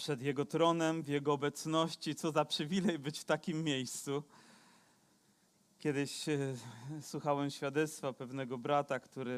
przed Jego tronem, w Jego obecności. Co za przywilej być w takim miejscu. Kiedyś słuchałem świadectwa pewnego brata, który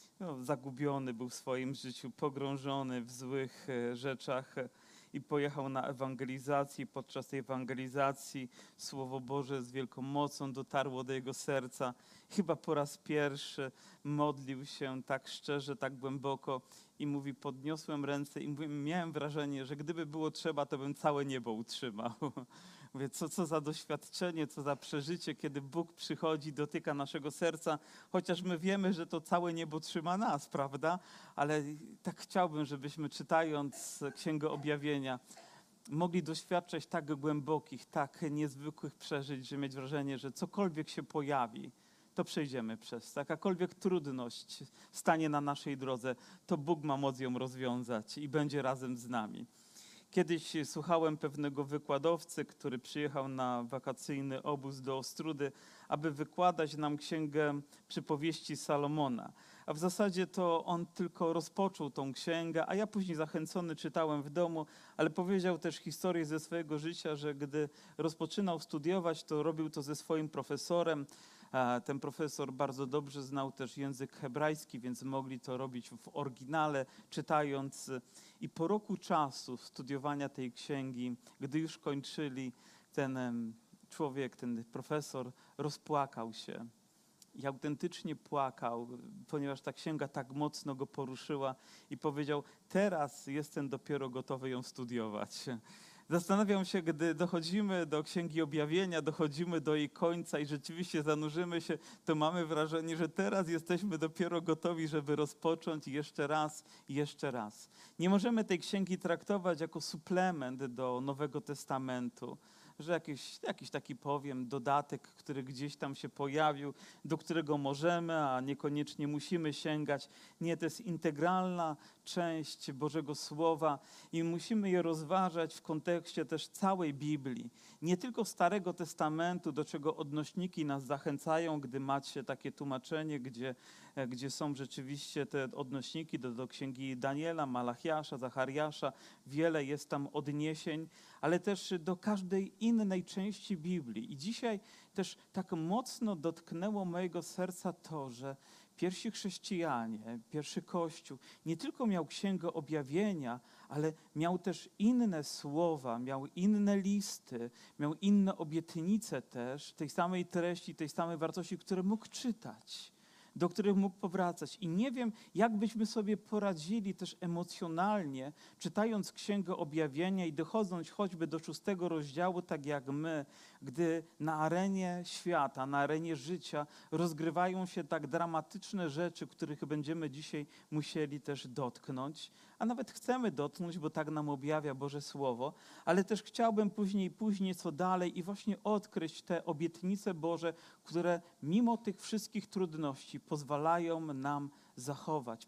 zagubiony był w swoim życiu, pogrążony w złych rzeczach i pojechał na ewangelizację. Podczas tej ewangelizacji Słowo Boże z wielką mocą dotarło do jego serca. Chyba po raz pierwszy modlił się tak szczerze, tak głęboko i mówi, podniosłem ręce i miałem wrażenie, że gdyby było trzeba, to bym całe niebo utrzymał. Mówię, co za doświadczenie, co za przeżycie, kiedy Bóg przychodzi, dotyka naszego serca, chociaż my wiemy, że to całe niebo trzyma nas, prawda? Ale tak chciałbym, żebyśmy czytając Księgę Objawienia mogli doświadczać tak głębokich, tak niezwykłych przeżyć, że mieć wrażenie, że cokolwiek się pojawi, to przejdziemy przez to. Jakakolwiek trudność stanie na naszej drodze, to Bóg ma moc ją rozwiązać i będzie razem z nami. Kiedyś słuchałem pewnego wykładowcy, który przyjechał na wakacyjny obóz do Ostródy, aby wykładać nam Księgę Przypowieści Salomona. A w zasadzie to on tylko rozpoczął tą księgę, a ja później zachęcony czytałem w domu, ale powiedział też historię ze swojego życia, że gdy rozpoczynał studiować, to robił to ze swoim profesorem. Ten profesor bardzo dobrze znał też język hebrajski, więc mogli to robić w oryginale, czytając. I po roku czasu studiowania tej księgi, gdy już kończyli, ten człowiek, ten profesor rozpłakał się. I autentycznie płakał, ponieważ ta księga tak mocno go poruszyła i powiedział, teraz jestem dopiero gotowy ją studiować. Zastanawiam się, gdy dochodzimy do Księgi Objawienia, dochodzimy do jej końca i rzeczywiście zanurzymy się, to mamy wrażenie, że teraz jesteśmy dopiero gotowi, żeby rozpocząć jeszcze raz i jeszcze raz. Nie możemy tej księgi traktować jako suplement do Nowego Testamentu, że jakiś taki, powiem, dodatek, który gdzieś tam się pojawił, do którego możemy, a niekoniecznie musimy sięgać. Nie, to jest integralna część Bożego Słowa i musimy je rozważać w kontekście też całej Biblii. Nie tylko Starego Testamentu, do czego odnośniki nas zachęcają, gdy macie takie tłumaczenie, gdzie są rzeczywiście te odnośniki do Księgi Daniela, Malachiasza, Zachariasza. Wiele jest tam odniesień, ale też do każdej innej części Biblii. I dzisiaj też tak mocno dotknęło mojego serca to, że pierwsi chrześcijanie, pierwszy Kościół nie tylko miał Księgę Objawienia, ale miał też inne słowa, miał inne listy, miał inne obietnice też, tej samej treści, tej samej wartości, które mógł czytać, do których mógł powracać. I nie wiem, jak byśmy sobie poradzili też emocjonalnie, czytając Księgę Objawienia i dochodząc choćby do 6 rozdziału, tak jak my, gdy na arenie świata, na arenie życia rozgrywają się tak dramatyczne rzeczy, których będziemy dzisiaj musieli też dotknąć, a nawet chcemy dotknąć, bo tak nam objawia Boże Słowo, ale też chciałbym później co dalej i właśnie odkryć te obietnice Boże, które mimo tych wszystkich trudności pozwalają nam zachować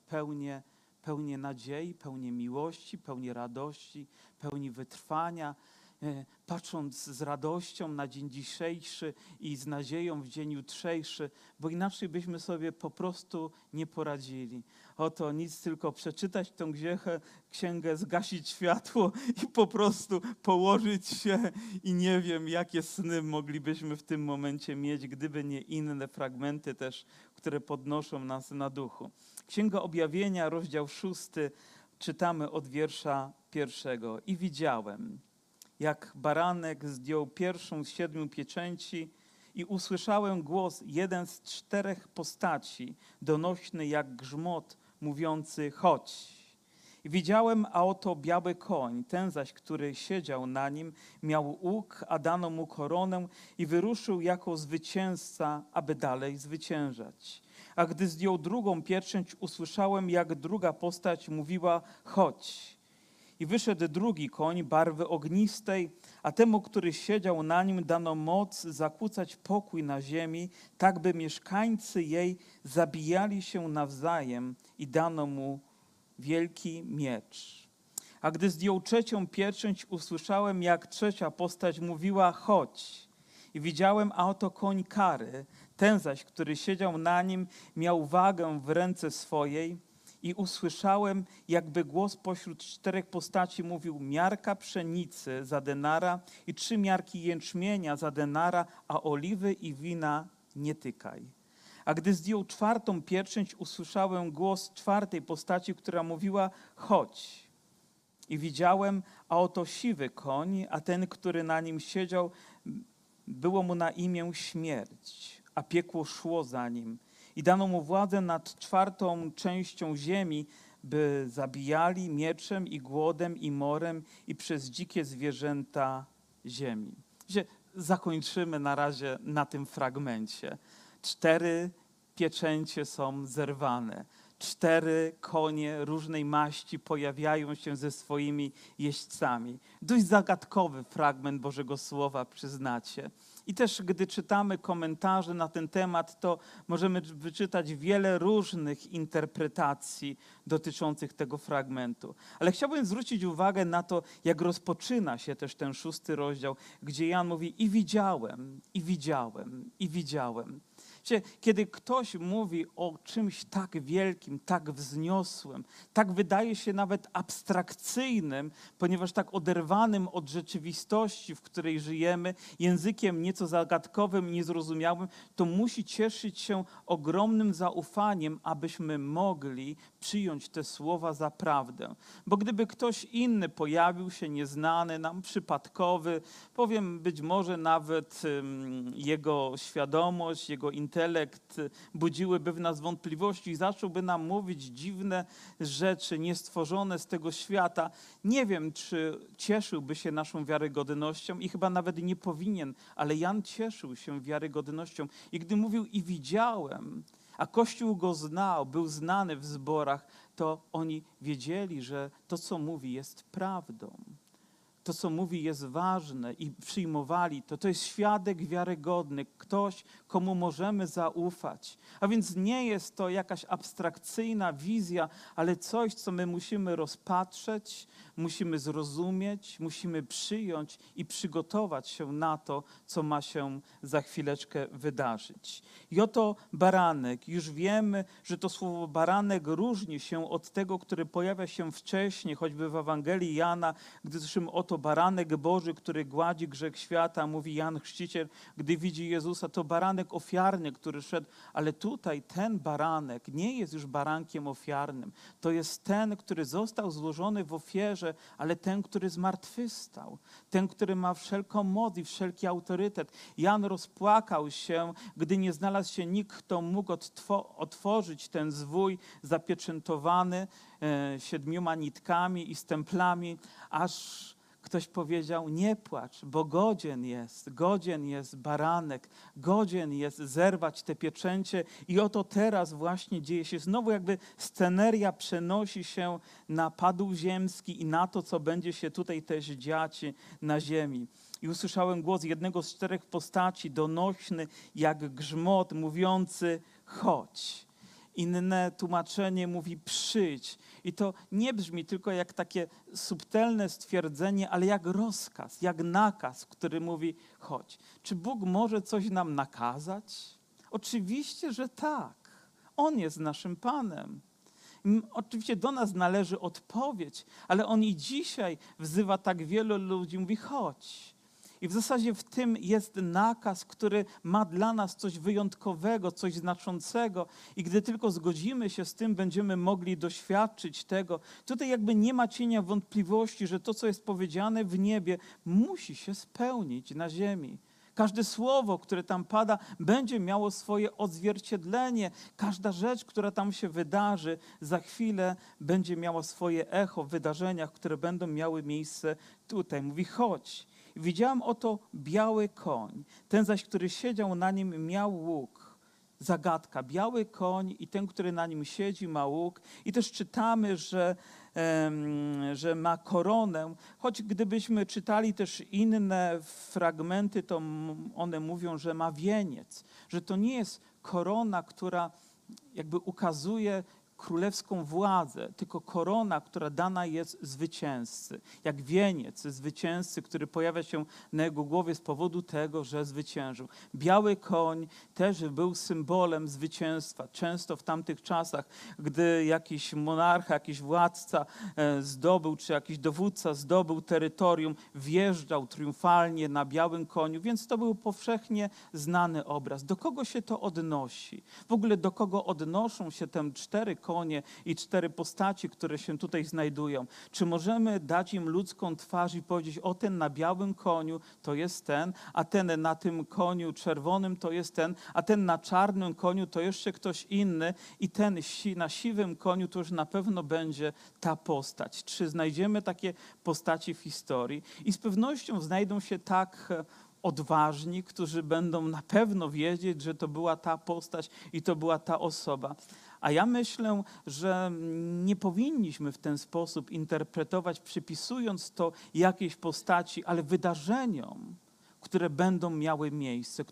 pełnię nadziei, pełnię miłości, pełnię radości, pełni wytrwania, patrząc z radością na dzień dzisiejszy i z nadzieją w dzień jutrzejszy, bo inaczej byśmy sobie po prostu nie poradzili. Oto nic, tylko przeczytać tę księgę, zgasić światło i po prostu położyć się i nie wiem, jakie sny moglibyśmy w tym momencie mieć, gdyby nie inne fragmenty też, które podnoszą nas na duchu. Księga Objawienia, rozdział 6, czytamy od wiersza 1. I widziałem, jak baranek zdjął pierwszą z 7 pieczęci i usłyszałem głos, jeden z 4 postaci, donośny jak grzmot, mówiący chodź. I widziałem, a oto biały koń, ten zaś, który siedział na nim, miał łuk, a dano mu koronę i wyruszył jako zwycięzca, aby dalej zwyciężać. A gdy zdjął drugą pieczęć, usłyszałem, jak druga postać mówiła chodź. I wyszedł drugi koń barwy ognistej, a temu, który siedział na nim, dano moc zakłócać pokój na ziemi, tak by mieszkańcy jej zabijali się nawzajem i dano mu wielki miecz. A gdy zdjął trzecią pieczęć, usłyszałem, jak trzecia postać mówiła chodź. I widziałem, a oto koń kary, ten zaś, który siedział na nim, miał wagę w ręce swojej I usłyszałem, jakby głos pośród 4 postaci mówił: miarka pszenicy za denara i 3 miarki jęczmienia za denara, a oliwy i wina nie tykaj. A gdy zdjął 4. pieczęć, usłyszałem głos 4. postaci, która mówiła: chodź. I widziałem, a oto siwy koń, a ten, który na nim siedział, było mu na imię Śmierć, a piekło szło za nim. I dano mu władzę nad 4. częścią ziemi, by zabijali mieczem i głodem i morem i przez dzikie zwierzęta ziemi. Zakończymy na razie na tym fragmencie. 4 pieczęcie są zerwane. 4 konie różnej maści pojawiają się ze swoimi jeźdźcami. Dość zagadkowy fragment Bożego Słowa, przyznacie. I też gdy czytamy komentarze na ten temat, to możemy wyczytać wiele różnych interpretacji dotyczących tego fragmentu. Ale chciałbym zwrócić uwagę na to, jak rozpoczyna się też ten 6. rozdział, gdzie Jan mówi: i widziałem, i widziałem, i widziałem. Kiedy ktoś mówi o czymś tak wielkim, tak wzniosłym, tak wydaje się nawet abstrakcyjnym, ponieważ tak oderwanym od rzeczywistości, w której żyjemy, językiem nieco zagadkowym, niezrozumiałym, to musi cieszyć się ogromnym zaufaniem, abyśmy mogli przyjąć te słowa za prawdę. Bo gdyby ktoś inny pojawił się, nieznany nam, przypadkowy, powiem, być może nawet jego świadomość, jego intelekt budziłyby w nas wątpliwości i zacząłby nam mówić dziwne rzeczy niestworzone z tego świata, nie wiem, czy cieszyłby się naszą wiarygodnością i chyba nawet nie powinien, ale Jan cieszył się wiarygodnością. I gdy mówił: i widziałem, a Kościół go znał, był znany w zborach, to oni wiedzieli, że to, co mówi, jest prawdą. To, co mówi, jest ważne i przyjmowali to. To jest świadek wiarygodny, ktoś, komu możemy zaufać. A więc nie jest to jakaś abstrakcyjna wizja, ale coś, co my musimy rozpatrzeć, musimy zrozumieć, musimy przyjąć i przygotować się na to, co ma się za chwileczkę wydarzyć. I oto baranek. Już wiemy, że to słowo baranek różni się od tego, który pojawia się wcześniej, choćby w Ewangelii Jana, gdy słyszymy: oto baranek Boży, który gładzi grzech świata, mówi Jan Chrzciciel, gdy widzi Jezusa, to baranek ofiarny, który szedł, ale tutaj ten baranek nie jest już barankiem ofiarnym. To jest ten, który został złożony w ofierze, ale ten, który zmartwychwstał, ten, który ma wszelką moc i wszelki autorytet. Jan rozpłakał się, gdy nie znalazł się nikt, kto mógł otworzyć ten zwój zapieczętowany 7 nitkami i stemplami, aż ktoś powiedział: nie płacz, bo godzien jest baranek, godzien jest zerwać te pieczęcie. I oto teraz właśnie dzieje się. Znowu jakby sceneria przenosi się na padł ziemski i na to, co będzie się tutaj też dziać na ziemi. I usłyszałem głos jednego z 4 postaci, donośny jak grzmot, mówiący: chodź. Inne tłumaczenie mówi: przyjdź. I to nie brzmi tylko jak takie subtelne stwierdzenie, ale jak rozkaz, jak nakaz, który mówi: chodź. Czy Bóg może coś nam nakazać? Oczywiście, że tak. On jest naszym Panem. Oczywiście do nas należy odpowiedź, ale On i dzisiaj wzywa tak wielu ludzi, mówi: chodź. I w zasadzie w tym jest nakaz, który ma dla nas coś wyjątkowego, coś znaczącego. I gdy tylko zgodzimy się z tym, będziemy mogli doświadczyć tego. Tutaj jakby nie ma cienia wątpliwości, że to, co jest powiedziane w niebie, musi się spełnić na ziemi. Każde słowo, które tam pada, będzie miało swoje odzwierciedlenie. Każda rzecz, która tam się wydarzy, za chwilę będzie miała swoje echo w wydarzeniach, które będą miały miejsce tutaj. Mówi: chodź. Widziałem oto biały koń, ten zaś, który siedział na nim, miał łuk. Zagadka, biały koń i ten, który na nim siedzi, ma łuk. I też czytamy, że ma koronę, choć gdybyśmy czytali też inne fragmenty, to one mówią, że ma wieniec, że to nie jest korona, która jakby ukazuje królewską władzę, tylko korona, która dana jest zwycięzcy. Jak wieniec zwycięzcy, który pojawia się na jego głowie z powodu tego, że zwyciężył. Biały koń też był symbolem zwycięstwa. Często w tamtych czasach, gdy jakiś monarcha, jakiś władca zdobył, czy jakiś dowódca zdobył terytorium, wjeżdżał triumfalnie na białym koniu, więc to był powszechnie znany obraz. Do kogo się to odnosi? W ogóle do kogo odnoszą się te 4 konie i 4 postaci, które się tutaj znajdują? Czy możemy dać im ludzką twarz i powiedzieć, o ten na białym koniu to jest ten, a ten na tym koniu czerwonym to jest ten, a ten na czarnym koniu to jeszcze ktoś inny i ten na siwym koniu to już na pewno będzie ta postać. Czy znajdziemy takie postaci w historii? I z pewnością znajdą się tak odważni, którzy będą na pewno wiedzieć, że to była ta postać i to była ta osoba. A ja myślę, że nie powinniśmy w ten sposób interpretować, przypisując to jakiejś postaci, ale wydarzeniom, które będą miały miejsce,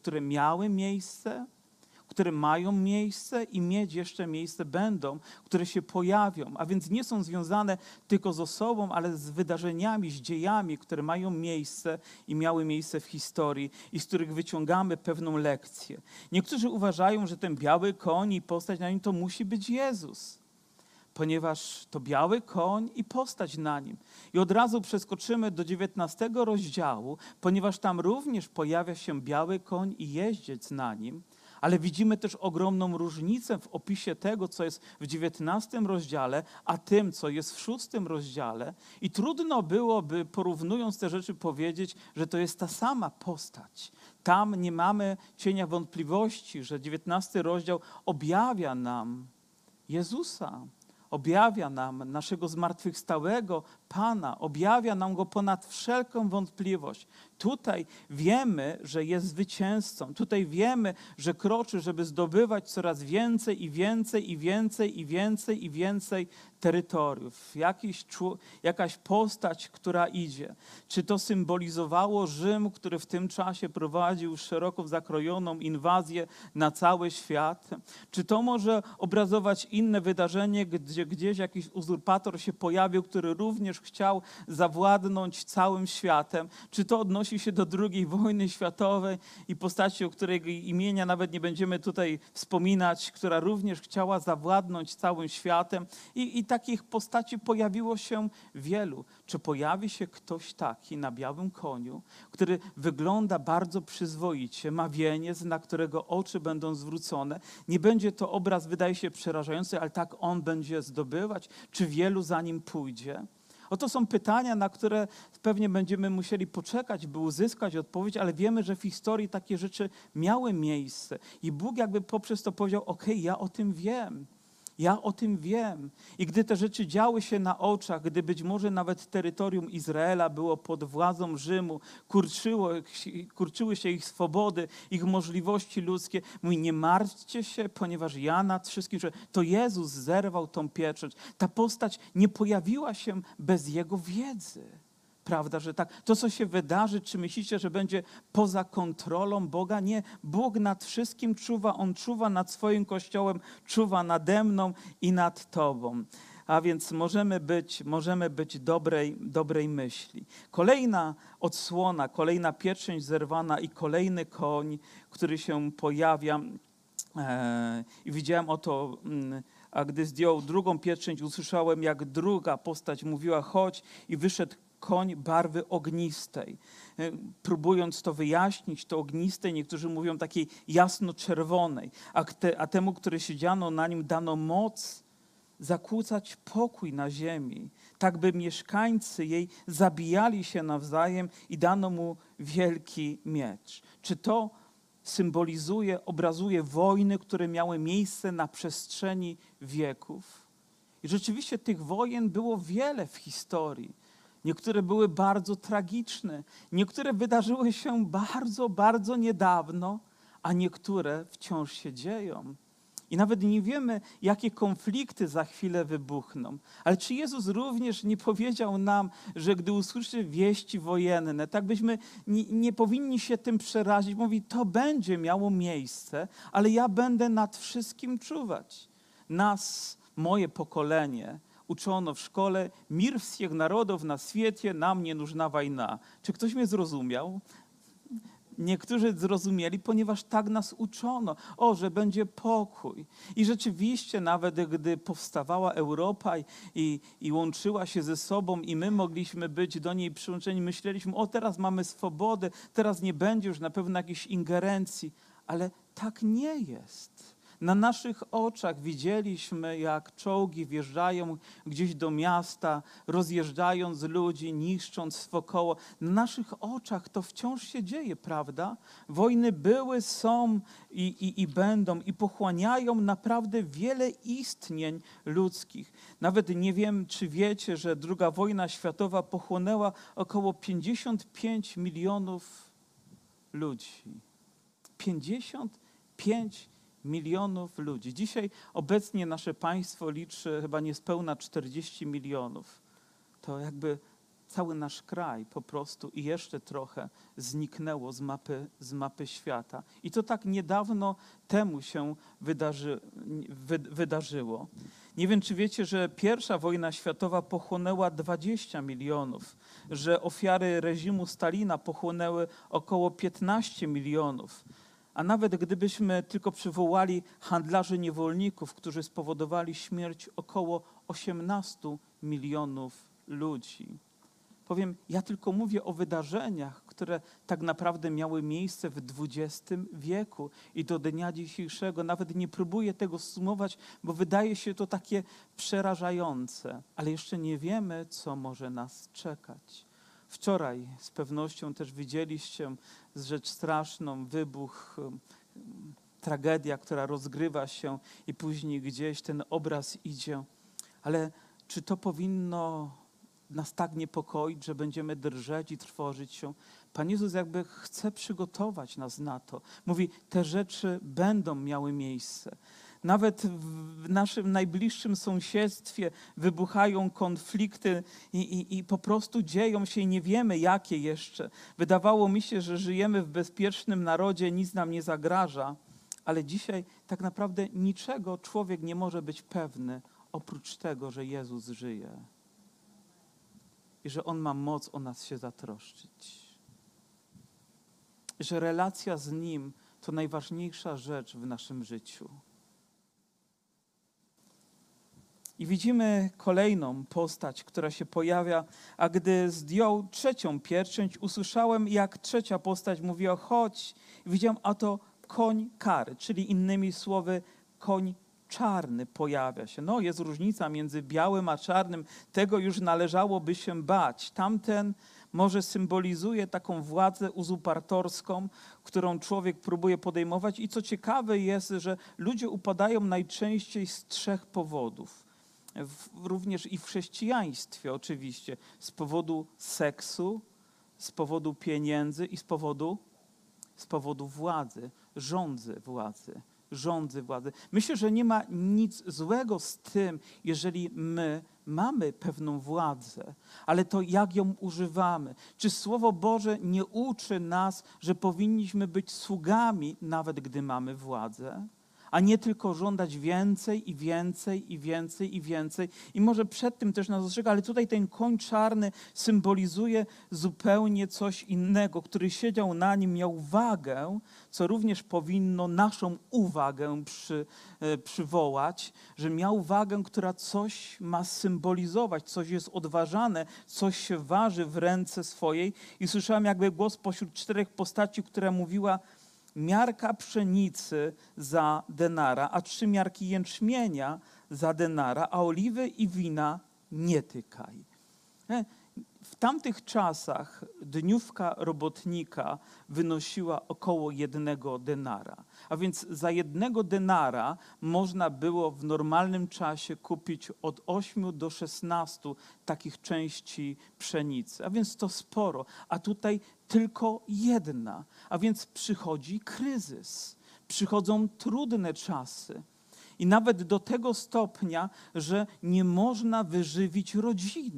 które mają miejsce i mieć jeszcze miejsce będą, które się pojawią, a więc nie są związane tylko z osobą, ale z wydarzeniami, z dziejami, które mają miejsce i miały miejsce w historii i z których wyciągamy pewną lekcję. Niektórzy uważają, że ten biały koń i postać na nim to musi być Jezus, ponieważ to biały koń i postać na nim. I od razu przeskoczymy do 19 rozdziału, ponieważ tam również pojawia się biały koń i jeździec na nim, ale widzimy też ogromną różnicę w opisie tego, co jest w 19 rozdziale, a tym, co jest w 6 rozdziale. I trudno byłoby, porównując te rzeczy, powiedzieć, że to jest ta sama postać. Tam nie mamy cienia wątpliwości, że 19 rozdział objawia nam Jezusa, objawia nam naszego zmartwychwstałego Pana, objawia nam Go ponad wszelką wątpliwość. Tutaj wiemy, że jest zwycięzcą. Tutaj wiemy, że kroczy, żeby zdobywać coraz więcej i więcej i więcej i więcej i więcej terytoriów. Jakaś postać, która idzie. Czy to symbolizowało Rzym, który w tym czasie prowadził szeroko zakrojoną inwazję na cały świat? Czy to może obrazować inne wydarzenie, gdzie gdzieś jakiś uzurpator się pojawił, który również chciał zawładnąć całym światem? Czy to odnosi się do II wojny światowej i postaci, o której imienia nawet nie będziemy tutaj wspominać, która również chciała zawładnąć całym światem? I takich postaci pojawiło się wielu. Czy pojawi się ktoś taki na białym koniu, który wygląda bardzo przyzwoicie, ma wieniec, na którego oczy będą zwrócone? Nie będzie to obraz, wydaje się, przerażający, ale tak on będzie zdobywać? Czy wielu za nim pójdzie? Oto są pytania, na które pewnie będziemy musieli poczekać, by uzyskać odpowiedź, ale wiemy, że w historii takie rzeczy miały miejsce. I Bóg jakby poprzez to powiedział, okej, ja o tym wiem. Ja o tym wiem. I gdy te rzeczy działy się na oczach, gdy być może nawet terytorium Izraela było pod władzą Rzymu, kurczyły się ich swobody, ich możliwości ludzkie, mówi, nie martwcie się, ponieważ ja nad wszystkim, że to Jezus zerwał tą pieczęć. Ta postać nie pojawiła się bez Jego wiedzy. Prawda, że tak? To, co się wydarzy, czy myślicie, że będzie poza kontrolą Boga? Nie. Bóg nad wszystkim czuwa. On czuwa nad swoim Kościołem, czuwa nade mną i nad tobą. A więc możemy być dobrej myśli. Kolejna odsłona, kolejna pieczęć zerwana i kolejny koń, który się pojawia. I widziałem oto, a gdy zdjął drugą pieczęć, usłyszałem, jak druga postać mówiła, chodź, i wyszedł koń barwy ognistej. Próbując to wyjaśnić, to ognistej, niektórzy mówią takiej jasno-czerwonej, a temu, który siedziano na nim, dano moc zakłócać pokój na ziemi, tak by mieszkańcy jej zabijali się nawzajem i dano mu wielki miecz. Czy to symbolizuje, obrazuje wojny, które miały miejsce na przestrzeni wieków? I rzeczywiście tych wojen było wiele w historii. Niektóre były bardzo tragiczne, niektóre wydarzyły się bardzo, bardzo niedawno, a niektóre wciąż się dzieją. I nawet nie wiemy, jakie konflikty za chwilę wybuchną. Ale czy Jezus również nie powiedział nam, że gdy usłyszy wieści wojenne, tak byśmy nie powinni się tym przerazić? Mówi, to będzie miało miejsce, ale ja będę nad wszystkim czuwać. Nas moje pokolenie uczono w szkole: mir всех народов na świecie, nam nie нужна wojna. Czy ktoś mnie zrozumiał? Niektórzy zrozumieli, ponieważ tak nas uczono, że będzie pokój. I rzeczywiście nawet gdy powstawała Europa i łączyła się ze sobą i my mogliśmy być do niej przyłączeni, myśleliśmy: teraz mamy swobodę, teraz nie będzie już na pewno jakiejś ingerencji. Ale tak nie jest. Na naszych oczach widzieliśmy, jak czołgi wjeżdżają gdzieś do miasta, rozjeżdżając ludzi, niszcząc wokoło. Na naszych oczach to wciąż się dzieje, prawda? Wojny były, są i będą i pochłaniają naprawdę wiele istnień ludzkich. Nawet nie wiem, czy wiecie, że II wojna światowa pochłonęła około 55 milionów ludzi. 55 milionów ludzi. Dzisiaj obecnie nasze państwo liczy chyba niespełna 40 milionów. To jakby cały nasz kraj po prostu i jeszcze trochę zniknęło z mapy świata. I to tak niedawno temu się wydarzyło. Nie wiem, czy wiecie, że I wojna światowa pochłonęła 20 milionów, że ofiary reżimu Stalina pochłonęły około 15 milionów. A nawet gdybyśmy tylko przywołali handlarzy niewolników, którzy spowodowali śmierć około 18 milionów ludzi. Powiem, ja tylko mówię o wydarzeniach, które tak naprawdę miały miejsce w XX wieku i do dnia dzisiejszego. Nawet nie próbuję tego sumować, bo wydaje się to takie przerażające, ale jeszcze nie wiemy, co może nas czekać. Wczoraj z pewnością też widzieliście rzecz straszną, wybuch, tragedia, która rozgrywa się i później gdzieś ten obraz idzie. Ale czy to powinno nas tak niepokoić, że będziemy drżeć i trwożyć się? Pan Jezus jakby chce przygotować nas na to. Mówi, te rzeczy będą miały miejsce. Nawet w naszym najbliższym sąsiedztwie wybuchają konflikty i po prostu dzieją się i nie wiemy, jakie jeszcze. Wydawało mi się, że żyjemy w bezpiecznym narodzie, nic nam nie zagraża, ale dzisiaj tak naprawdę niczego człowiek nie może być pewny, oprócz tego, że Jezus żyje i że On ma moc o nas się zatroszczyć. Że relacja z Nim to najważniejsza rzecz w naszym życiu. I widzimy kolejną postać, która się pojawia, a gdy zdjął trzecią pieczęć, usłyszałem, jak trzecia postać mówiła: chodź. I widziałem, a to koń kary, czyli innymi słowy koń czarny pojawia się. No, jest różnica między białym a czarnym, tego już należałoby się bać. Tamten może symbolizuje taką władzę uzurpatorską, którą człowiek próbuje podejmować. I co ciekawe jest, że ludzie upadają najczęściej z 3 powodów. Również i w chrześcijaństwie oczywiście. Z powodu seksu, z powodu pieniędzy i z powodu władzy, rządzy władzy. Myślę, że nie ma nic złego z tym, jeżeli my mamy pewną władzę, ale to jak ją używamy. Czy Słowo Boże nie uczy nas, że powinniśmy być sługami, nawet gdy mamy władzę? A nie tylko żądać więcej i więcej i więcej i więcej. I może przed tym też nas ostrzega, ale tutaj ten koń czarny symbolizuje zupełnie coś innego, który siedział na nim, miał wagę, co również powinno naszą uwagę przywołać, że miał wagę, która coś ma symbolizować, coś jest odważane, coś się waży w ręce swojej. I słyszałem jakby głos pośród 4 postaci, która mówiła: miarka pszenicy za denara, a 3 miarki jęczmienia za denara, a oliwy i wina nie tykaj. W tamtych czasach dniówka robotnika wynosiła około 1 denara. A więc za 1 denara można było w normalnym czasie kupić od 8 do 16 takich części pszenicy. A więc to sporo. A tutaj tylko 1. A więc przychodzi kryzys. Przychodzą trudne czasy. I nawet do tego stopnia, że nie można wyżywić rodziny.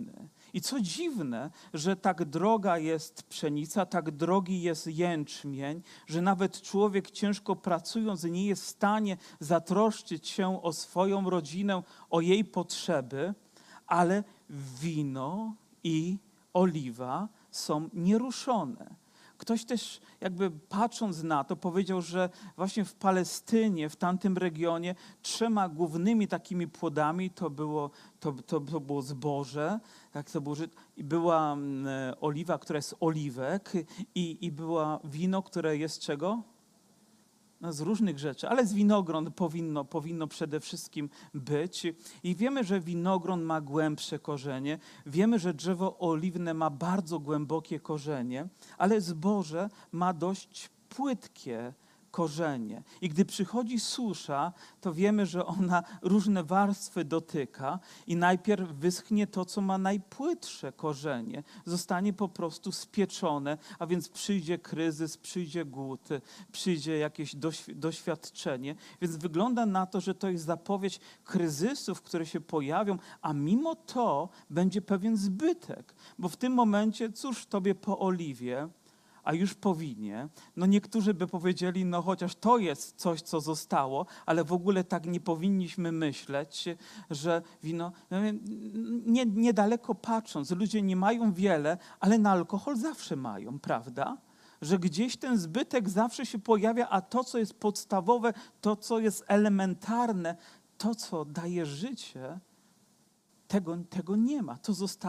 I co dziwne, że tak droga jest pszenica, tak drogi jest jęczmień, że nawet człowiek ciężko pracując nie jest w stanie zatroszczyć się o swoją rodzinę, o jej potrzeby, ale wino i oliwa są nieruszone. Ktoś też jakby patrząc na to powiedział, że właśnie w Palestynie, w tamtym regionie 3 głównymi takimi płodami to było zboże, tak, to było, i była oliwa, która jest oliwek i była wino, które jest czego? No, z różnych rzeczy, ale z winogron powinno przede wszystkim być. I wiemy, że winogron ma głębsze korzenie, wiemy, że drzewo oliwne ma bardzo głębokie korzenie, ale zboże ma dość płytkie korzenie. I gdy przychodzi susza, to wiemy, że ona różne warstwy dotyka i najpierw wyschnie to, co ma najpłytsze korzenie. Zostanie po prostu spieczone, a więc przyjdzie kryzys, przyjdzie głód, przyjdzie jakieś doświadczenie. Więc wygląda na to, że to jest zapowiedź kryzysów, które się pojawią, a mimo to będzie pewien zbytek. Bo w tym momencie, cóż tobie po oliwie, a już po winie, no niektórzy by powiedzieli, no chociaż to jest coś, co zostało, ale w ogóle tak nie powinniśmy myśleć, że wino, niedaleko patrząc, ludzie nie mają wiele, ale na alkohol zawsze mają, prawda? Że gdzieś ten zbytek zawsze się pojawia, a to, co jest podstawowe, to, co jest elementarne, to, co daje życie, tego nie ma.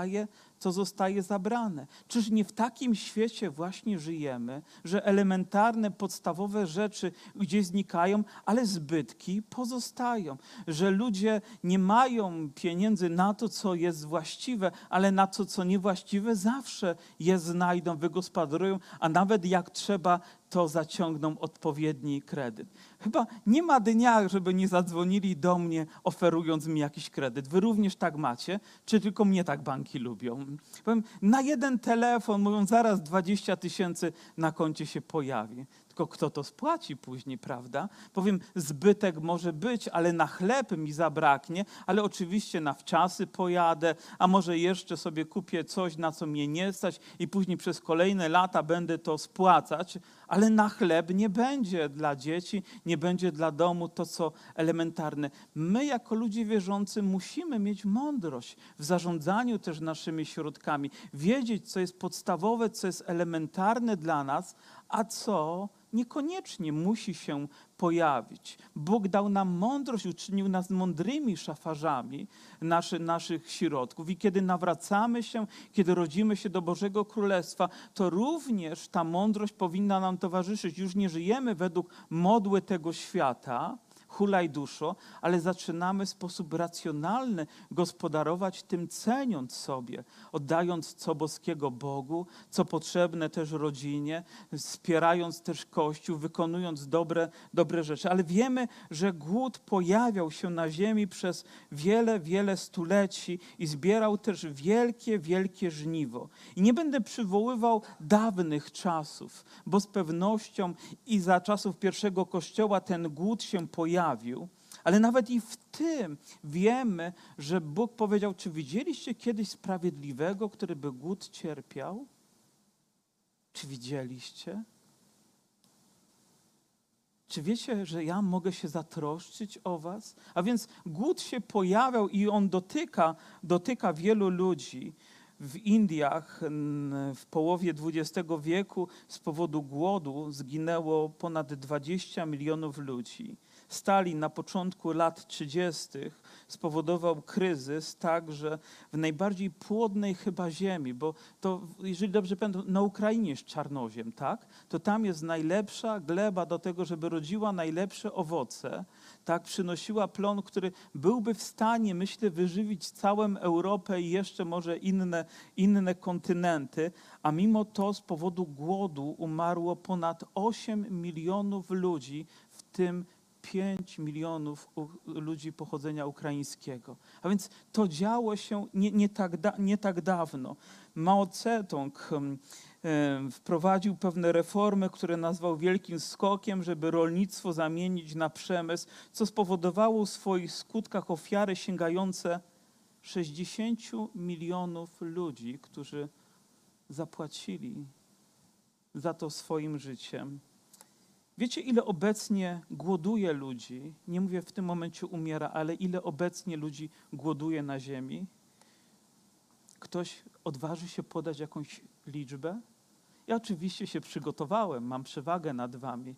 To zostaje zabrane. Czyż nie w takim świecie właśnie żyjemy, że elementarne, podstawowe rzeczy gdzieś znikają, ale zbytki pozostają. Że ludzie nie mają pieniędzy na to, co jest właściwe, ale na to, co niewłaściwe, zawsze je znajdą, wygospodarują, a nawet jak trzeba, to zaciągną odpowiedni kredyt. Chyba nie ma dnia, żeby nie zadzwonili do mnie, oferując mi jakiś kredyt. Wy również tak macie? Czy tylko mnie tak banki lubią? Powiem, na jeden telefon mówią, zaraz 20 000 na koncie się pojawi. Tylko kto to spłaci później, prawda? Powiem, zbytek może być, ale na chleb mi zabraknie, ale oczywiście na wczasy pojadę, a może jeszcze sobie kupię coś, na co mnie nie stać i później przez kolejne lata będę to spłacać, ale na chleb nie będzie dla dzieci, nie będzie dla domu to, co elementarne. My jako ludzie wierzący musimy mieć mądrość w zarządzaniu też naszymi środkami, wiedzieć, co jest podstawowe, co jest elementarne dla nas, a co niekoniecznie musi się pojawić. Bóg dał nam mądrość, uczynił nas mądrymi szafarzami naszych środków. I kiedy nawracamy się, kiedy rodzimy się do Bożego Królestwa, to również ta mądrość powinna nam towarzyszyć. Już nie żyjemy według modły tego świata, hulaj duszo, ale zaczynamy w sposób racjonalny gospodarować tym, ceniąc sobie, oddając co boskiego Bogu, co potrzebne też rodzinie, wspierając też Kościół, wykonując dobre rzeczy. Ale wiemy, że głód pojawiał się na ziemi przez wiele stuleci i zbierał też wielkie żniwo. I nie będę przywoływał dawnych czasów, bo z pewnością i za czasów pierwszego Kościoła ten głód się pojawił, ale nawet i w tym wiemy, że Bóg powiedział, czy widzieliście kiedyś sprawiedliwego, który by głód cierpiał? Czy widzieliście? Czy wiecie, że ja mogę się zatroszczyć o was? A więc głód się pojawiał i on dotyka wielu ludzi. W Indiach w połowie XX wieku z powodu głodu zginęło ponad 20 milionów ludzi. Stalin na początku lat 30. spowodował kryzys także w najbardziej płodnej chyba ziemi, bo to, jeżeli dobrze pamiętam, na Ukrainie jest czarnoziem, tak? To tam jest najlepsza gleba do tego, żeby rodziła najlepsze owoce, tak? Przynosiła plon, który byłby w stanie, myślę, wyżywić całą Europę i jeszcze może inne kontynenty, a mimo to z powodu głodu umarło ponad 8 milionów ludzi, w tym 5 milionów ludzi pochodzenia ukraińskiego. A więc to działo się nie tak dawno. Mao Tse-tung wprowadził pewne reformy, które nazwał wielkim skokiem, żeby rolnictwo zamienić na przemysł, co spowodowało w swoich skutkach ofiary sięgające 60 milionów ludzi, którzy zapłacili za to swoim życiem. Wiecie, ile obecnie głoduje ludzi? Nie mówię w tym momencie umiera, ale ile obecnie ludzi głoduje na ziemi? Ktoś odważy się podać jakąś liczbę? Ja oczywiście się przygotowałem, mam przewagę nad wami.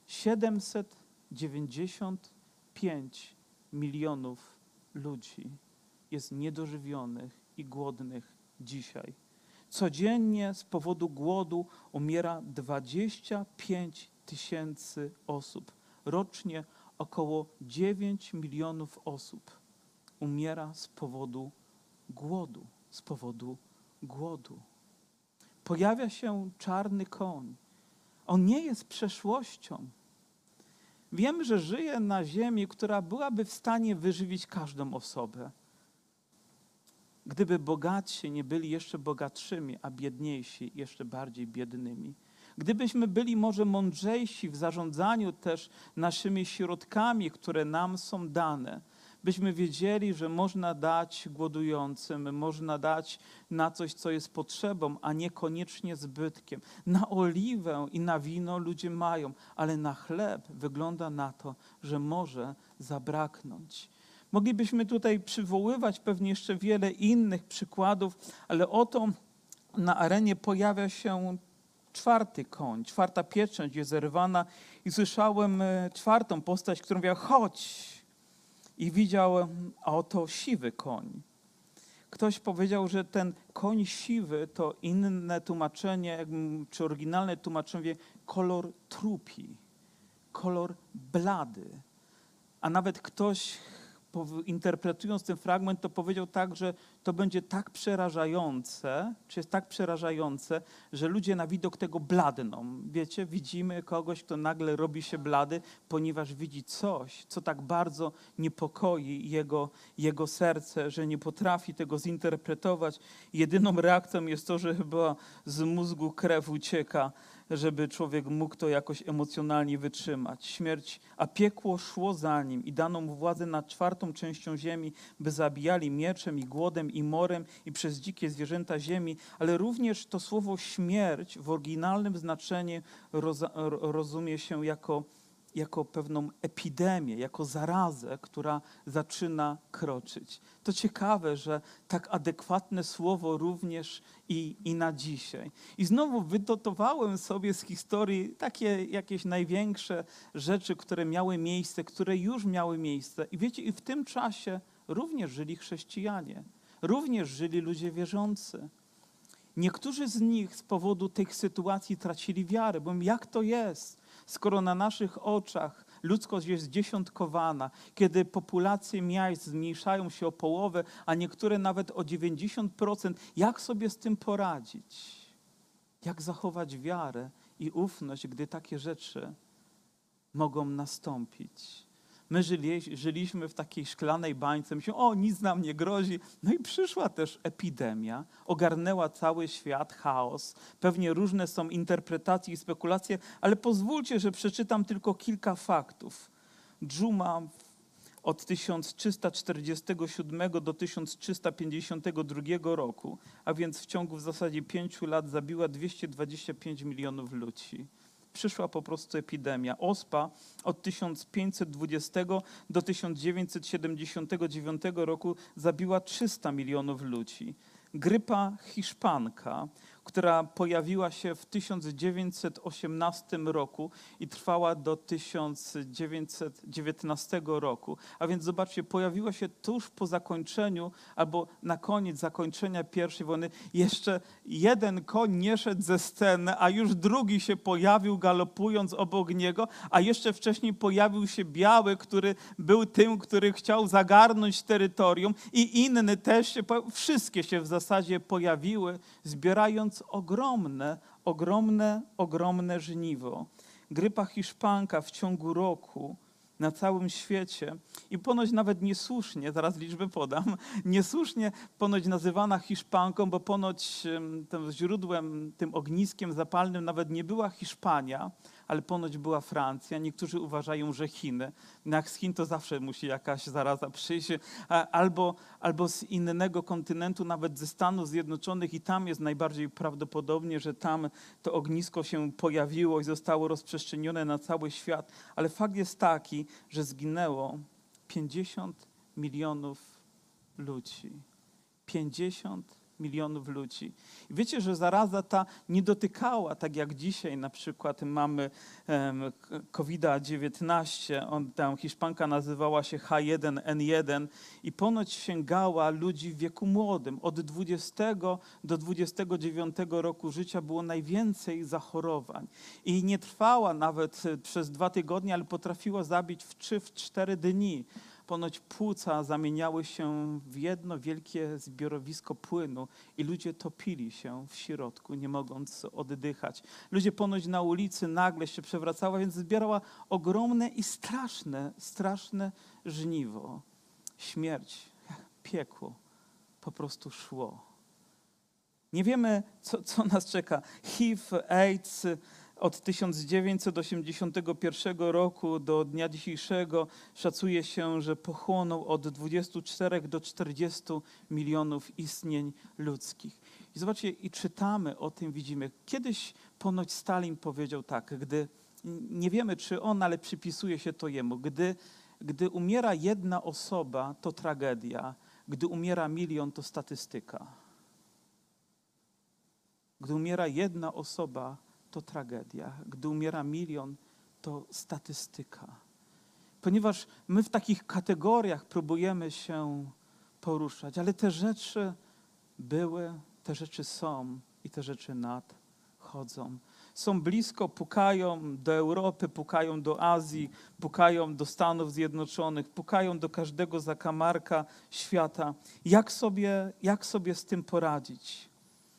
795 milionów ludzi jest niedożywionych i głodnych dzisiaj. Codziennie z powodu głodu umiera 25 tysięcy osób. Rocznie około 9 milionów osób umiera z powodu głodu. Z powodu głodu. Pojawia się czarny koń. On nie jest przeszłością. Wiemy, że żyje na ziemi, która byłaby w stanie wyżywić każdą osobę. Gdyby bogatsi nie byli jeszcze bogatszymi, a biedniejsi jeszcze bardziej biednymi. Gdybyśmy byli może mądrzejsi w zarządzaniu też naszymi środkami, które nam są dane, byśmy wiedzieli, że można dać głodującym, można dać na coś, co jest potrzebą, a niekoniecznie zbytkiem. Na oliwę i na wino ludzie mają, ale na chleb wygląda na to, że może zabraknąć. Moglibyśmy tutaj przywoływać pewnie jeszcze wiele innych przykładów, ale oto na arenie pojawia się czwarty koń, czwarta pieczęć jest zerwana i słyszałem czwartą postać, która mówiła: chodź. I widziałem, a oto siwy koń. Ktoś powiedział, że ten koń siwy to inne tłumaczenie, czy oryginalne tłumaczenie, kolor trupi, kolor blady. A nawet ktoś, interpretując ten fragment, to powiedział tak, że to będzie tak przerażające, czy jest tak przerażające, że ludzie na widok tego bladną. Wiecie, widzimy kogoś, kto nagle robi się blady, ponieważ widzi coś, co tak bardzo niepokoi jego serce, że nie potrafi tego zinterpretować. Jedyną reakcją jest to, że chyba z mózgu krew ucieka, żeby człowiek mógł to jakoś emocjonalnie wytrzymać. Śmierć, a piekło szło za nim i dano mu władzę nad czwartą częścią ziemi, by zabijali mieczem i głodem i morem i przez dzikie zwierzęta ziemi, ale również to słowo śmierć w oryginalnym znaczeniu rozumie się jako pewną epidemię, jako zarazę, która zaczyna kroczyć. To ciekawe, że tak adekwatne słowo również i na dzisiaj. I znowu wydotowałem sobie z historii takie jakieś największe rzeczy, które miały miejsce, które już miały miejsce. I wiecie, i w tym czasie również żyli chrześcijanie, również żyli ludzie wierzący. Niektórzy z nich z powodu tych sytuacji tracili wiarę, bo jak to jest, skoro na naszych oczach ludzkość jest dziesiątkowana, kiedy populacje miast zmniejszają się o połowę, a niektóre nawet o 90%, jak sobie z tym poradzić? Jak zachować wiarę i ufność, gdy takie rzeczy mogą nastąpić? My żyliśmy w takiej szklanej bańce, myślimy, o, nic nam nie grozi. No i przyszła też epidemia, ogarnęła cały świat, chaos. Pewnie różne są interpretacje i spekulacje, ale pozwólcie, że przeczytam tylko kilka faktów. Dżuma od 1347 do 1352 roku, a więc w ciągu w zasadzie 5 lat zabiła 225 milionów ludzi. Przyszła po prostu epidemia. Ospa od 1520 do 1979 roku zabiła 300 milionów ludzi. Grypa hiszpanka, która pojawiła się w 1918 roku i trwała do 1919 roku. A więc zobaczcie, pojawiła się tuż po zakończeniu albo na koniec zakończenia I wojny. Jeszcze jeden koń nie szedł ze sceny, a już drugi się pojawił galopując obok niego, a jeszcze wcześniej pojawił się biały, który był tym, który chciał zagarnąć terytorium i inny też się pojawił. Wszystkie się w zasadzie pojawiły, zbierając ogromne żniwo. Grypa hiszpanka w ciągu roku na całym świecie i ponoć nawet niesłusznie, zaraz liczbę podam, niesłusznie ponoć nazywana hiszpanką, bo ponoć tym źródłem, tym ogniskiem zapalnym nawet nie była Hiszpania, ale ponoć była Francja. Niektórzy uważają, że Chiny. Jak z Chin to zawsze musi jakaś zaraza przyjść, albo z innego kontynentu, nawet ze Stanów Zjednoczonych i tam jest najbardziej prawdopodobnie, że tam to ognisko się pojawiło i zostało rozprzestrzenione na cały świat. Ale fakt jest taki, że zginęło 50 milionów ludzi. 50 milionów ludzi. I wiecie, że zaraza ta nie dotykała, tak jak dzisiaj na przykład mamy COVID-19, tam Hiszpanka nazywała się H1N1 i ponoć sięgała ludzi w wieku młodym. Od 20 do 29 roku życia było najwięcej zachorowań. I nie trwała nawet przez 2 tygodnie, ale potrafiła zabić w 3-4 dni. Ponoć płuca zamieniały się w jedno wielkie zbiorowisko płynu i ludzie topili się w środku, nie mogąc oddychać. Ludzie ponoć na ulicy nagle się przewracała, więc zbierała ogromne i straszne żniwo. Śmierć, piekło po prostu szło. Nie wiemy, co nas czeka. HIV, AIDS. Od 1981 roku do dnia dzisiejszego szacuje się, że pochłonął od 24 do 40 milionów istnień ludzkich. I zobaczcie, i czytamy o tym, widzimy. Kiedyś ponoć Stalin powiedział tak, nie wiemy czy on, ale przypisuje się to jemu, gdy umiera jedna osoba, to tragedia, gdy umiera milion, to statystyka. Gdy umiera jedna osoba, to tragedia. Gdy umiera milion, to statystyka. Ponieważ my w takich kategoriach próbujemy się poruszać, ale te rzeczy były, te rzeczy są i te rzeczy nadchodzą. Są blisko, pukają do Europy, pukają do Azji, pukają do Stanów Zjednoczonych, pukają do każdego zakamarka świata. Jak sobie z tym poradzić?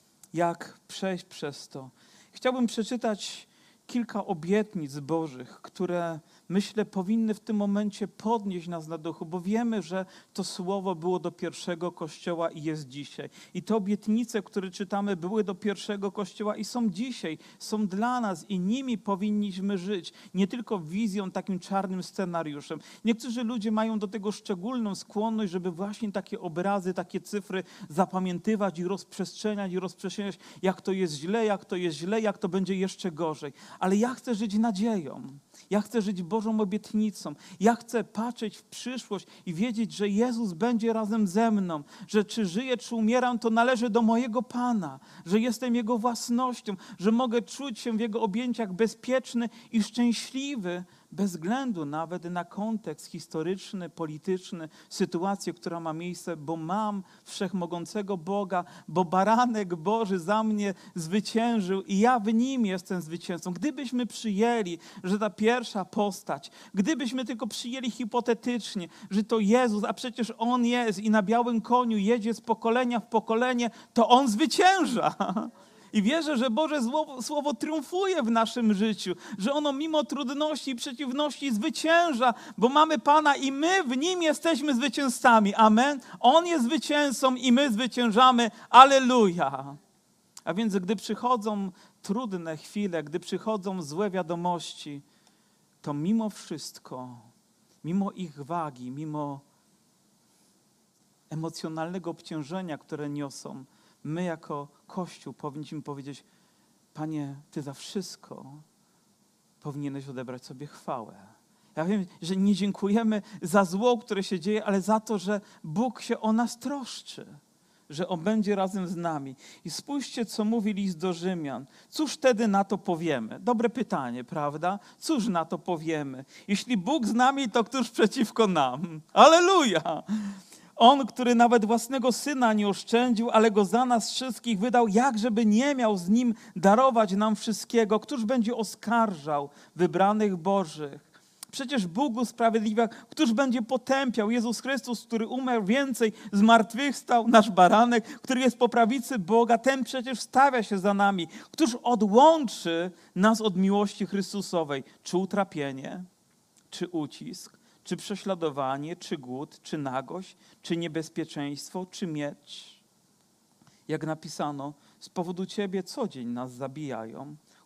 Jak przejść przez to? Chciałbym przeczytać kilka obietnic Bożych, które myślę powinny w tym momencie podnieść nas na duchu, bo wiemy, że to słowo było do pierwszego Kościoła i jest dzisiaj. I te obietnice, które czytamy, były do pierwszego Kościoła i są dzisiaj, są dla nas i nimi powinniśmy żyć. Nie tylko wizją, takim czarnym scenariuszem. Niektórzy ludzie mają do tego szczególną skłonność, żeby właśnie takie obrazy, takie cyfry zapamiętywać i rozprzestrzeniać, jak to jest źle, jak to będzie jeszcze gorzej. Ale ja chcę żyć nadzieją. Ja chcę żyć Bożą obietnicą. Ja chcę patrzeć w przyszłość i wiedzieć, że Jezus będzie razem ze mną, że czy żyję, czy umieram, to należy do mojego Pana, że jestem Jego własnością, że mogę czuć się w Jego objęciach bezpieczny i szczęśliwy, bez względu nawet na kontekst historyczny, polityczny, sytuację, która ma miejsce, bo mam wszechmogącego Boga, bo baranek Boży za mnie zwyciężył i ja w Nim jestem zwycięzcą. Gdybyśmy przyjęli, że ta pierwsza postać, gdybyśmy tylko przyjęli hipotetycznie, że to Jezus, a przecież On jest i na białym koniu jedzie z pokolenia w pokolenie, to On zwycięża. I wierzę, że Boże Słowo triumfuje w naszym życiu, że ono mimo trudności i przeciwności zwycięża, bo mamy Pana i my w Nim jesteśmy zwycięzcami. Amen. On jest zwycięzcą i my zwyciężamy. Alleluja. A więc gdy przychodzą trudne chwile, gdy przychodzą złe wiadomości, to mimo wszystko, mimo ich wagi, mimo emocjonalnego obciążenia, które niosą, my jako Kościół powinniśmy powiedzieć: Panie, Ty za wszystko powinieneś odebrać sobie chwałę. Ja wiem, że nie dziękujemy za zło, które się dzieje, ale za to, że Bóg się o nas troszczy, że On będzie razem z nami. I spójrzcie, co mówi list do Rzymian. Cóż wtedy na to powiemy? Dobre pytanie, prawda? Cóż na to powiemy? Jeśli Bóg z nami, to któż przeciwko nam? Alleluja! On, który nawet własnego Syna nie oszczędził, ale Go za nas wszystkich wydał, jakżeby nie miał z Nim darować nam wszystkiego. Któż będzie oskarżał wybranych Bożych? Przecież Bóg usprawiedliwia, któż będzie potępiał? Jezus Chrystus, który umarł, więcej zmartwychwstał, nasz baranek, który jest po prawicy Boga, ten przecież stawia się za nami. Któż odłączy nas od miłości Chrystusowej? Czy utrapienie, czy ucisk, czy prześladowanie, czy głód, czy nagość, czy niebezpieczeństwo, czy miecz? Jak napisano, z powodu Ciebie co dzień nas zabijają,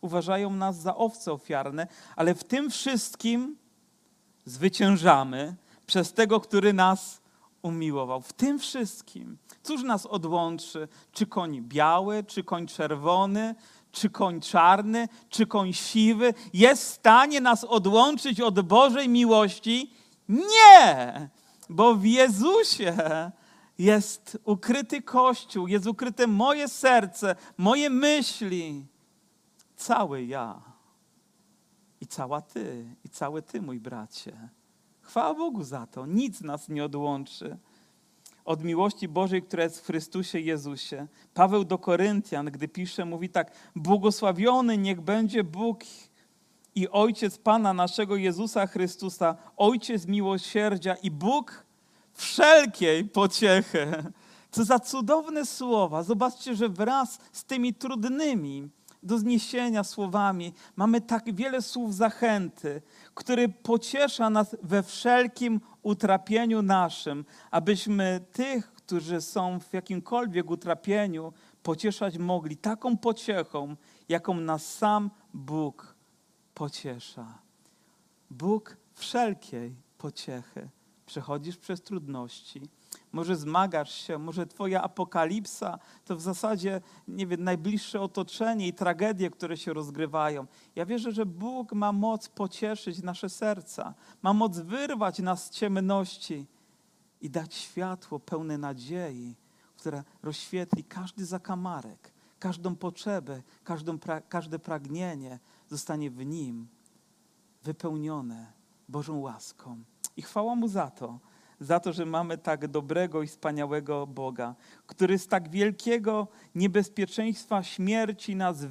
uważają nas za owce ofiarne, ale w tym wszystkim zwyciężamy przez tego, który nas umiłował. W tym wszystkim. Cóż nas odłączy? Czy koń biały, czy koń czerwony, czy koń czarny, czy koń siwy jest w stanie nas odłączyć od Bożej miłości? Nie! Bo w Jezusie jest ukryty Kościół, jest ukryte moje serce, moje myśli, cały ja i cała ty, i cały ty, mój bracie. Chwała Bogu za to. Nic nas nie odłączy od miłości Bożej, która jest w Chrystusie Jezusie. Paweł do Koryntian, gdy pisze, mówi tak: błogosławiony niech będzie Bóg i Ojciec Pana naszego Jezusa Chrystusa, Ojciec miłosierdzia i Bóg wszelkiej pociechy. Co za cudowne słowa. Zobaczcie, że wraz z tymi trudnymi do zniesienia słowami mamy tak wiele słów zachęty, który pociesza nas we wszelkim utrapieniu naszym, abyśmy tych, którzy są w jakimkolwiek utrapieniu, pocieszać mogli taką pociechą, jaką nas sam Bóg pociesza. Bóg wszelkiej pociechy. Przechodzisz przez trudności, może zmagasz się, może twoja apokalipsa to w zasadzie, nie wiem, najbliższe otoczenie i tragedie, które się rozgrywają. Ja wierzę, że Bóg ma moc pocieszyć nasze serca, ma moc wyrwać nas z ciemności i dać światło pełne nadziei, które rozświetli każdy zakamarek, każdą potrzebę, każde pragnienie zostanie w Nim wypełnione Bożą łaską. I chwała Mu za to, że mamy tak dobrego i wspaniałego Boga, który z tak wielkiego niebezpieczeństwa śmierci nas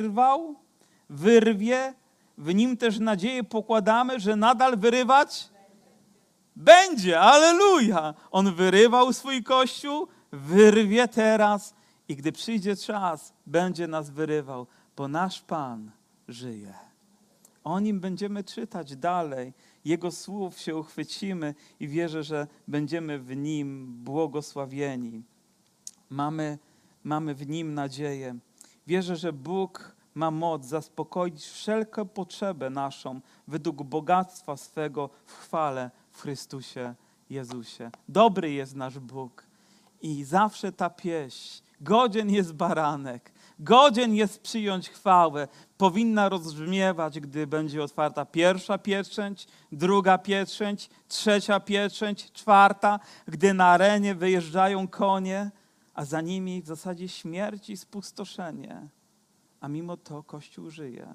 wyrwie. W Nim też nadzieję pokładamy, że nadal wyrywać będzie. Alleluja! On wyrywał swój Kościół, wyrwie teraz i gdy przyjdzie czas, będzie nas wyrywał, bo nasz Pan żyje. O Nim będziemy czytać dalej. Jego słów się uchwycimy i wierzę, że będziemy w Nim błogosławieni. Mamy w Nim nadzieję. Wierzę, że Bóg ma moc zaspokoić wszelką potrzebę naszą według bogactwa swego w chwale w Chrystusie Jezusie. Dobry jest nasz Bóg i zawsze ta pieśń, godzien jest baranek, godzien jest przyjąć chwałę, powinna rozbrzmiewać, gdy będzie otwarta pierwsza pieczęć, druga pieczęć, trzecia pieczęć, czwarta, gdy na arenie wyjeżdżają konie, a za nimi w zasadzie śmierć i spustoszenie. A mimo to Kościół żyje.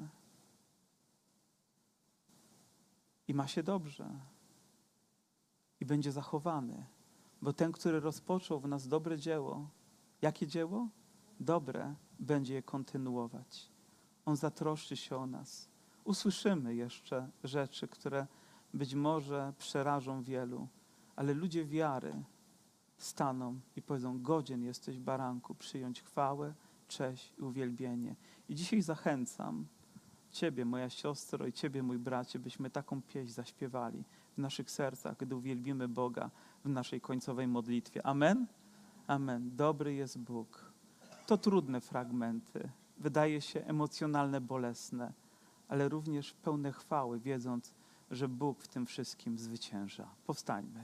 I ma się dobrze. I będzie zachowany. Bo ten, który rozpoczął w nas dobre dzieło, jakie dzieło? Dobre, będzie je kontynuować. On zatroszczy się o nas. Usłyszymy jeszcze rzeczy, które być może przerażą wielu, ale ludzie wiary staną i powiedzą: godzien jesteś, baranku, przyjąć chwałę, cześć i uwielbienie. I dzisiaj zachęcam Ciebie, moja siostro, i Ciebie, mój bracie, byśmy taką pieśń zaśpiewali w naszych sercach, gdy uwielbimy Boga w naszej końcowej modlitwie. Amen? Amen. Dobry jest Bóg. To trudne fragmenty, wydaje się emocjonalne, bolesne, ale również pełne chwały, wiedząc, że Bóg w tym wszystkim zwycięża. Powstańmy.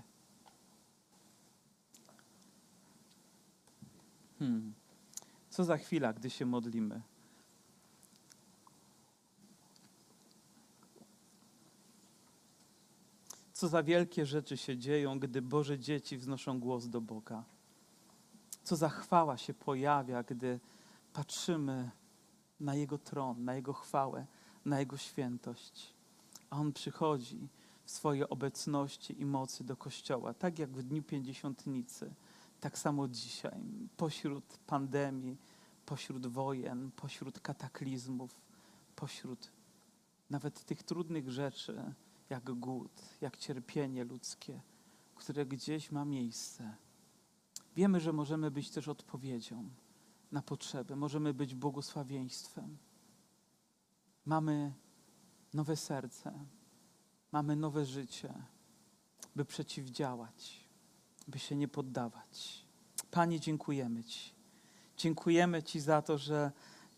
Co za chwila, gdy się modlimy. Co za wielkie rzeczy się dzieją, gdy Boże dzieci wznoszą głos do Boga. Co za chwała się pojawia, gdy patrzymy na Jego tron, na Jego chwałę, na Jego świętość. A On przychodzi w swojej obecności i mocy do Kościoła, tak jak w dniu Pięćdziesiątnicy, tak samo dzisiaj, pośród pandemii, pośród wojen, pośród kataklizmów, pośród nawet tych trudnych rzeczy, jak głód, jak cierpienie ludzkie, które gdzieś ma miejsce. Wiemy, że możemy być też odpowiedzią na potrzeby, możemy być błogosławieństwem. Mamy nowe serce, mamy nowe życie, by przeciwdziałać, by się nie poddawać. Panie, dziękujemy Ci. Dziękujemy Ci za to, że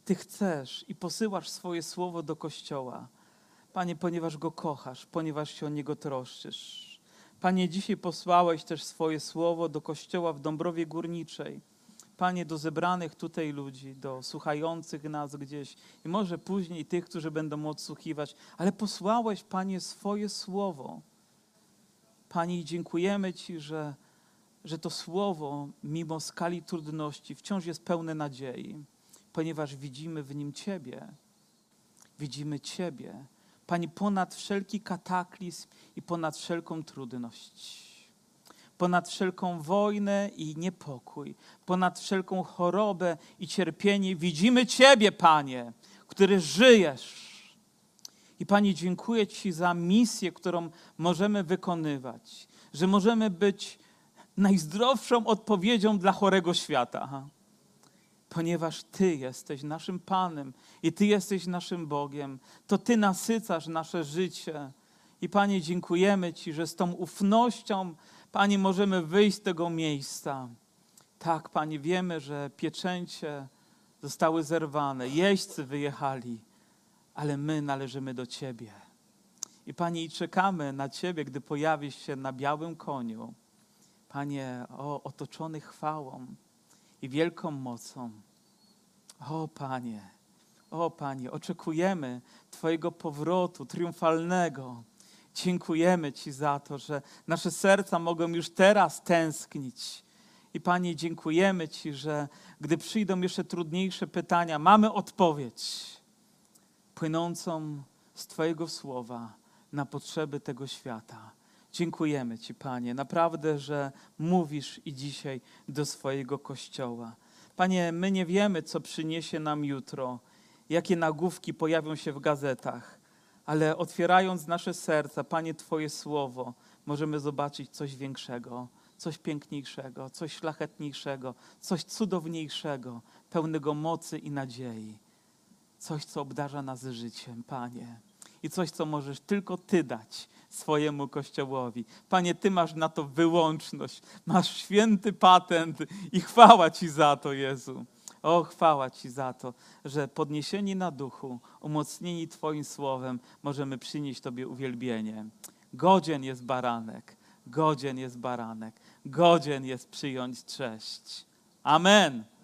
Ty chcesz i posyłasz swoje słowo do Kościoła. Panie, ponieważ go kochasz, ponieważ się o niego troszczysz. Panie, dzisiaj posłałeś też swoje słowo do Kościoła w Dąbrowie Górniczej. Panie, do zebranych tutaj ludzi, do słuchających nas gdzieś i może później tych, którzy będą odsłuchiwać, ale posłałeś, Panie, swoje słowo. Panie, i dziękujemy Ci, że to słowo, mimo skali trudności, wciąż jest pełne nadziei, ponieważ widzimy w nim Ciebie. Widzimy Ciebie. Panie, ponad wszelki kataklizm i ponad wszelką trudność, ponad wszelką wojnę i niepokój, ponad wszelką chorobę i cierpienie widzimy Ciebie, Panie, który żyjesz. I Panie, dziękuję Ci za misję, którą możemy wykonywać, że możemy być najzdrowszą odpowiedzią dla chorego świata. Ponieważ Ty jesteś naszym Panem i Ty jesteś naszym Bogiem, to Ty nasycasz nasze życie. I Panie, dziękujemy Ci, że z tą ufnością, Panie, możemy wyjść z tego miejsca. Tak, Panie, wiemy, że pieczęcie zostały zerwane, jeźdźcy wyjechali, ale my należymy do Ciebie. I Panie, i czekamy na Ciebie, gdy pojawisz się na białym koniu. Panie, otoczony chwałą i wielką mocą. O Panie, oczekujemy Twojego powrotu triumfalnego. Dziękujemy Ci za to, że nasze serca mogą już teraz tęsknić. I Panie, dziękujemy Ci, że gdy przyjdą jeszcze trudniejsze pytania, mamy odpowiedź płynącą z Twojego słowa na potrzeby tego świata. Dziękujemy Ci, Panie, naprawdę, że mówisz i dzisiaj do swojego Kościoła. Panie, my nie wiemy, co przyniesie nam jutro, jakie nagłówki pojawią się w gazetach, ale otwierając nasze serca, Panie, Twoje słowo, możemy zobaczyć coś większego, coś piękniejszego, coś szlachetniejszego, coś cudowniejszego, pełnego mocy i nadziei. Coś, co obdarza nas życiem, Panie. I coś, co możesz tylko Ty dać swojemu Kościołowi. Panie, Ty masz na to wyłączność, masz święty patent i chwała Ci za to, Jezu. O, chwała Ci za to, że podniesieni na duchu, umocnieni Twoim słowem, możemy przynieść Tobie uwielbienie. Godzien jest baranek, godzien jest baranek, godzien jest przyjąć cześć. Amen.